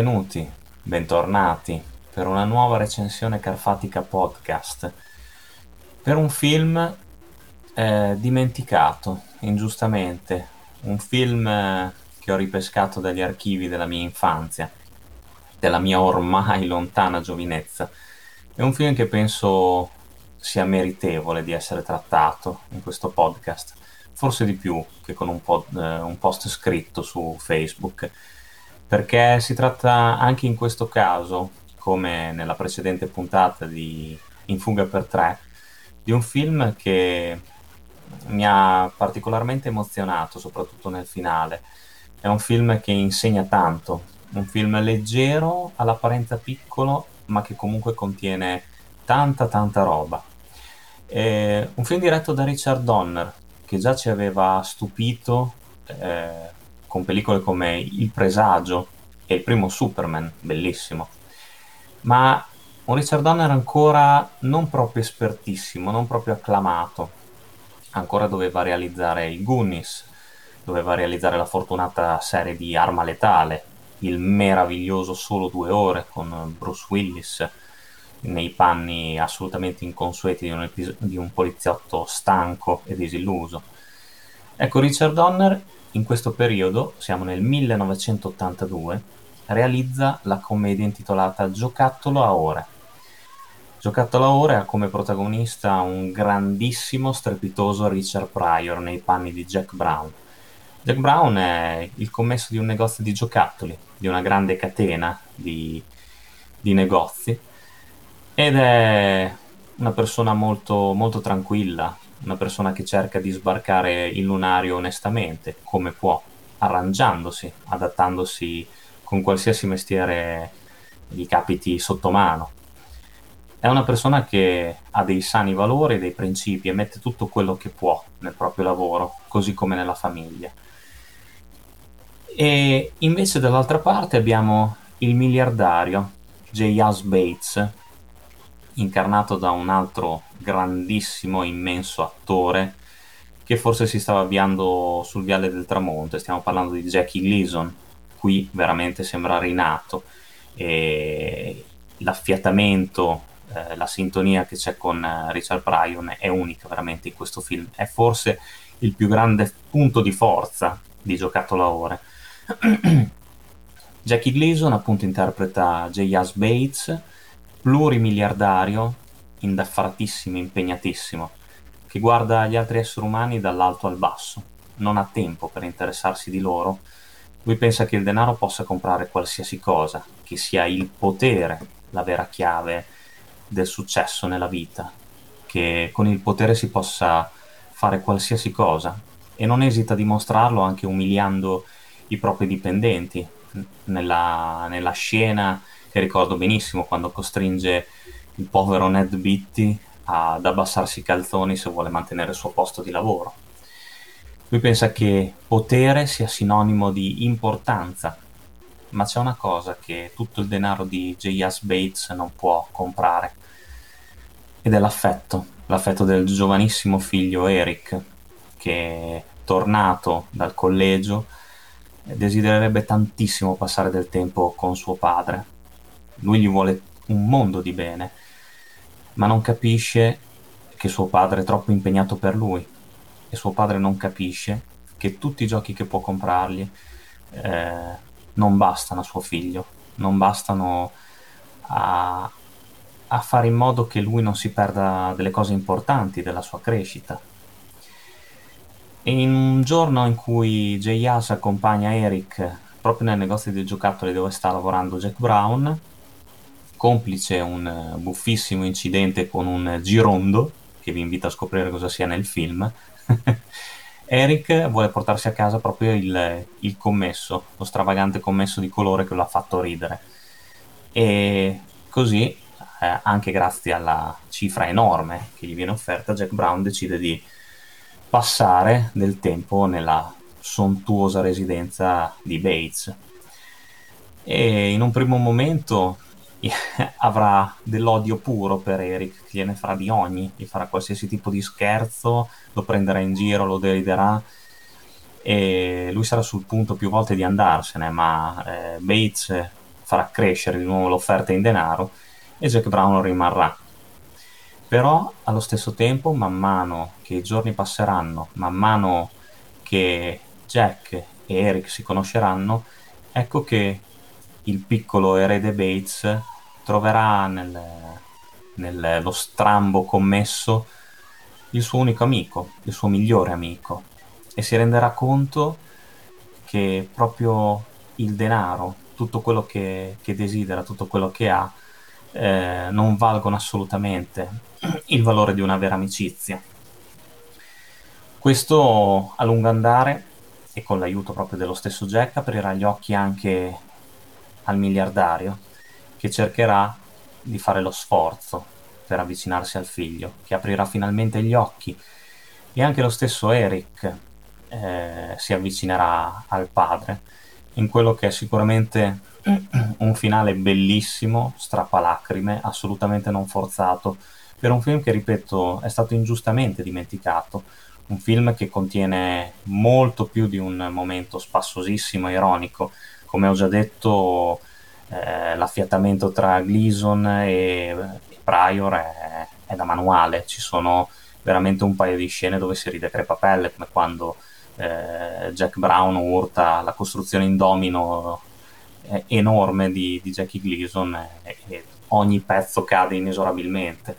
benvenuti, bentornati per una nuova recensione Carfatica Podcast, per un film dimenticato ingiustamente, un film che ho ripescato dagli archivi della mia infanzia, della mia ormai lontana giovinezza. È un film che penso sia meritevole di essere trattato in questo podcast, forse di più che con un post scritto su Facebook, perché si tratta anche in questo caso, come nella precedente puntata di In fuga per tre, di un film che mi ha particolarmente emozionato, soprattutto nel finale. È un film che insegna tanto, un film leggero, all'apparenza piccolo, ma che comunque contiene tanta tanta roba. È un film diretto da Richard Donner, che già ci aveva stupito con pellicole come Il Presagio e il primo Superman, bellissimo. Ma un Richard Donner ancora non proprio espertissimo, non proprio acclamato. Ancora doveva realizzare i Goonies, doveva realizzare la fortunata serie di Arma Letale, il meraviglioso Solo 2 ore con Bruce Willis nei panni assolutamente inconsueti di un poliziotto stanco e disilluso. Ecco, Richard Donner in questo periodo, siamo nel 1982, realizza la commedia intitolata Giocattolo a ore. Giocattolo a ore ha come protagonista un grandissimo, strepitoso Richard Pryor nei panni di Jack Brown. Jack Brown è il commesso di un negozio di giocattoli, di una grande catena di negozi, ed è una persona molto, molto tranquilla, una persona che cerca di sbarcare il lunario onestamente, come può, arrangiandosi, adattandosi con qualsiasi mestiere gli capiti sotto mano. È una persona che ha dei sani valori, dei principi e mette tutto quello che può nel proprio lavoro, così come nella famiglia. E invece dall'altra parte abbiamo il miliardario J. Hus Bates, incarnato da un altro grandissimo, immenso attore che forse si stava avviando sul viale del tramonto. Stiamo parlando di Jackie Gleason. Qui veramente sembra rinato, e l'affiatamento, la sintonia che c'è con Richard Pryor è unica veramente in questo film. È forse il più grande punto di forza di Giocattolo a ore. Jackie Gleason appunto interpreta J. Hus Bates, plurimiliardario, indaffaratissimo, impegnatissimo, che guarda gli altri esseri umani dall'alto al basso, non ha tempo per interessarsi di loro. Lui pensa che il denaro possa comprare qualsiasi cosa, che sia il potere la vera chiave del successo nella vita, che con il potere si possa fare qualsiasi cosa, e non esita a dimostrarlo anche umiliando i propri dipendenti. Nella scena che ricordo benissimo, quando costringe il povero Ned Beatty ad abbassarsi i calzoni se vuole mantenere il suo posto di lavoro. Lui pensa che potere sia sinonimo di importanza, ma c'è una cosa che tutto il denaro di J.S. Bates non può comprare, ed è l'affetto del giovanissimo figlio Eric, che tornato dal collegio desidererebbe tantissimo passare del tempo con suo padre. Lui gli vuole un mondo di bene, ma non capisce che suo padre è troppo impegnato per lui, e suo padre non capisce che tutti i giochi che può comprargli non bastano a suo figlio, non bastano a fare in modo che lui non si perda delle cose importanti della sua crescita. E in un giorno in cui J.Ass accompagna Eric proprio nel negozio di giocattoli dove sta lavorando Jack Brown, complice un buffissimo incidente con un girondo, che vi invito a scoprire cosa sia nel film, Eric vuole portarsi a casa proprio il commesso, lo stravagante commesso di colore che lo ha fatto ridere. E così, anche grazie alla cifra enorme che gli viene offerta, Jack Brown decide di passare del tempo nella sontuosa residenza di Bates. E in un primo momento avrà dell'odio puro per Eric, che gliene farà di ogni, gli farà qualsiasi tipo di scherzo, lo prenderà in giro, lo deriderà, e lui sarà sul punto più volte di andarsene, ma Bates farà crescere di nuovo l'offerta in denaro e Jack Brown rimarrà. Però allo stesso tempo, man mano che i giorni passeranno, man mano che Jack e Eric si conosceranno, ecco che il piccolo erede Bates troverà nello strambo commesso il suo unico amico, il suo migliore amico, e si renderà conto che proprio il denaro, tutto quello che desidera, tutto quello che ha, non valgono assolutamente il valore di una vera amicizia. Questo a lungo andare, e con l'aiuto proprio dello stesso Jack, aprirà gli occhi anche al miliardario, che cercherà di fare lo sforzo per avvicinarsi al figlio, che aprirà finalmente gli occhi, e anche lo stesso Eric si avvicinerà al padre, in quello che è sicuramente un finale bellissimo, strappalacrime, assolutamente non forzato, per un film che, ripeto, è stato ingiustamente dimenticato, un film che contiene molto più di un momento spassosissimo e ironico. Come ho già detto, l'affiatamento tra Gleason e Pryor è da manuale, ci sono veramente un paio di scene dove si ride a crepapelle, come quando Jack Brown urta la costruzione in domino enorme di Jackie Gleason e ogni pezzo cade inesorabilmente.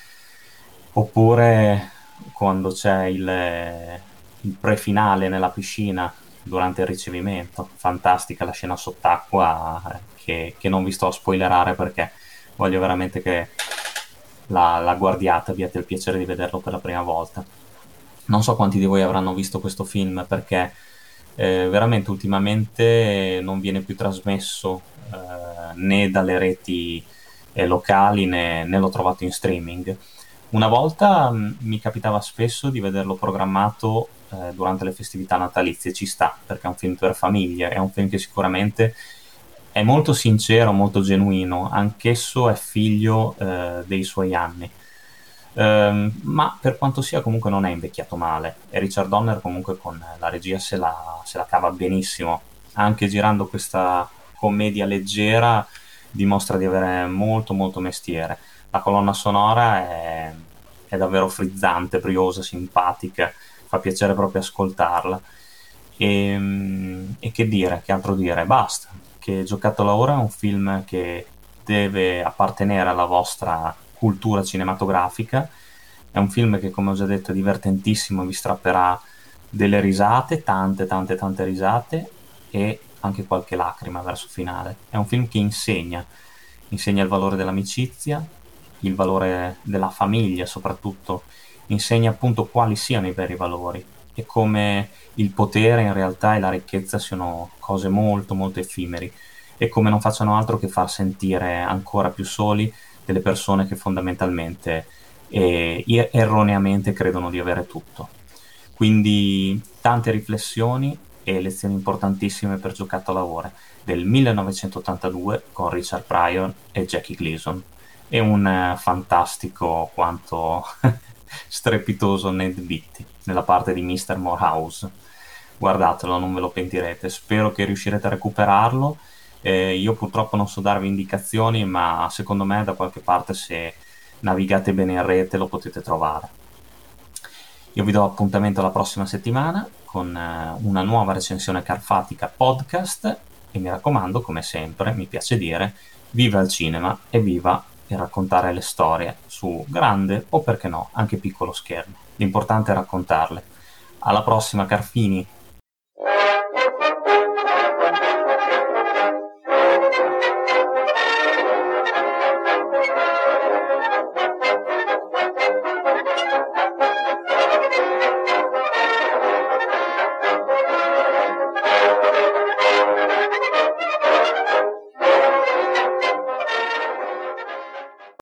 Oppure quando c'è il pre-finale nella piscina durante il ricevimento, fantastica la scena sott'acqua che non vi sto a spoilerare perché voglio veramente che la guardiate, abbiate il piacere di vederlo per la prima volta. Non so quanti di voi avranno visto questo film perché veramente ultimamente non viene più trasmesso né dalle reti locali né l'ho trovato in streaming. Una volta mi capitava spesso di vederlo programmato durante le festività natalizie, ci sta, perché è un film per famiglie, è un film che sicuramente è molto sincero, molto genuino, anch'esso è figlio dei suoi anni. Ma per quanto sia comunque non è invecchiato male e Richard Donner comunque con la regia se la cava benissimo, anche girando questa commedia leggera dimostra di avere molto molto mestiere. La colonna sonora è davvero frizzante, briosa, simpatica, fa piacere proprio ascoltarla. E che dire, che altro dire? Basta, che Giocattolo ora è un film che deve appartenere alla vostra cultura cinematografica. È un film che, come ho già detto, è divertentissimo, vi strapperà delle risate, tante, tante, tante risate e anche qualche lacrima verso finale. È un film che insegna il valore dell'amicizia, il valore della famiglia soprattutto, insegna appunto quali siano i veri valori e come il potere in realtà e la ricchezza siano cose molto molto effimeri e come non facciano altro che far sentire ancora più soli delle persone che fondamentalmente e erroneamente credono di avere tutto. Quindi tante riflessioni e lezioni importantissime per Giocattolo ora del 1982 con Richard Pryor e Jackie Gleason e un fantastico quanto strepitoso Ned Beatty nella parte di Mr. Morehouse. Guardatelo, non ve lo pentirete, spero che riuscirete a recuperarlo. Io purtroppo non so darvi indicazioni, ma secondo me da qualche parte, se navigate bene in rete, lo potete trovare. Io vi do appuntamento la prossima settimana con una nuova recensione carfatica podcast e mi raccomando, come sempre, mi piace dire, viva il cinema e viva il raccontare le storie su grande o perché no, anche piccolo schermo. L'importante è raccontarle. Alla prossima, Carfini!